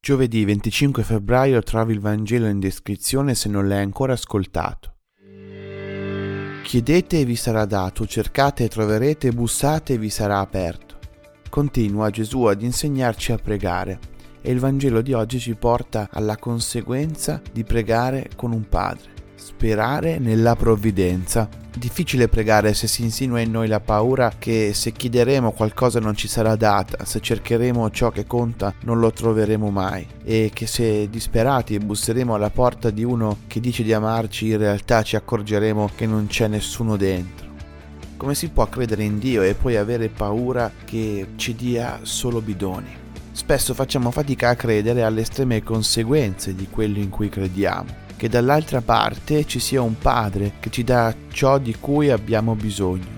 Giovedì 25 febbraio trovi il Vangelo in descrizione se non l'hai ancora ascoltato. Chiedete e vi sarà dato, cercate e troverete, bussate e vi sarà aperto. Continua Gesù ad insegnarci a pregare e il Vangelo di oggi ci porta alla conseguenza di pregare con un Padre. Sperare nella provvidenza. Difficile pregare se si insinua in noi la paura che se chiederemo qualcosa non ci sarà data, se cercheremo ciò che conta non lo troveremo mai e che se disperati busseremo alla porta di uno che dice di amarci in realtà ci accorgeremo che non c'è nessuno dentro. Come si può credere in Dio e poi avere paura che ci dia solo bidoni? Spesso facciamo fatica a credere alle estreme conseguenze di quello in cui crediamo. Che dall'altra parte ci sia un Padre che ci dà ciò di cui abbiamo bisogno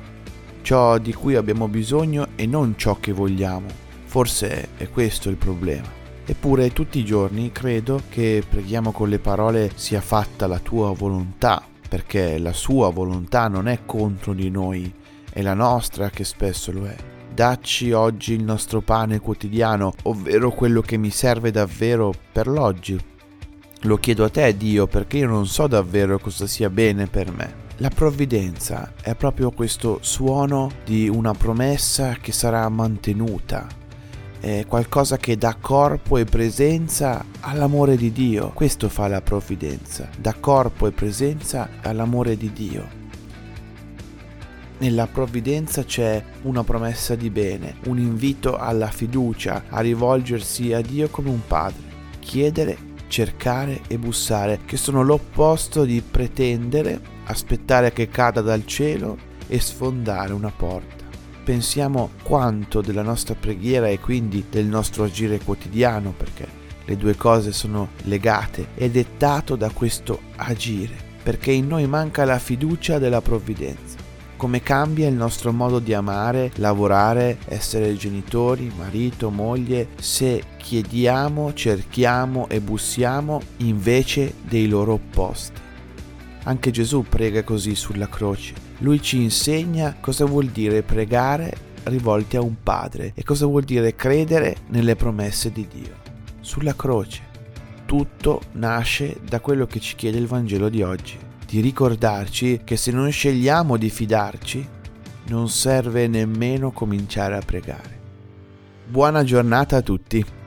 e non ciò che vogliamo. Forse è questo il problema. Eppure tutti i giorni credo che preghiamo con le parole sia fatta la tua volontà, perché la sua volontà non è contro di noi, è la nostra che spesso lo è. Dacci oggi il nostro pane quotidiano, ovvero quello che mi serve davvero per l'oggi. Lo chiedo a te, Dio, perché io non so davvero cosa sia bene per me. La provvidenza è proprio questo suono di una promessa che sarà mantenuta. È qualcosa che dà corpo e presenza all'amore di Dio. Questo fa la provvidenza, dà corpo e presenza all'amore di Dio. Nella provvidenza c'è una promessa di bene, un invito alla fiducia, a rivolgersi a Dio come un padre. Chiedere, cercare e bussare, che sono l'opposto di pretendere, aspettare che cada dal cielo e sfondare una porta. Pensiamo quanto della nostra preghiera e quindi del nostro agire quotidiano, perché le due cose sono legate, è dettato da questo agire, perché in noi manca la fiducia della provvidenza. Come cambia il nostro modo di amare, lavorare, essere genitori, marito, moglie, se chiediamo, cerchiamo e bussiamo invece dei loro opposti. Anche Gesù prega così sulla croce. Lui ci insegna cosa vuol dire pregare rivolti a un Padre e cosa vuol dire credere nelle promesse di Dio. Sulla croce tutto nasce da quello che ci chiede il Vangelo di oggi. Di ricordarci che se non scegliamo di fidarci, non serve nemmeno cominciare a pregare. Buona giornata a tutti.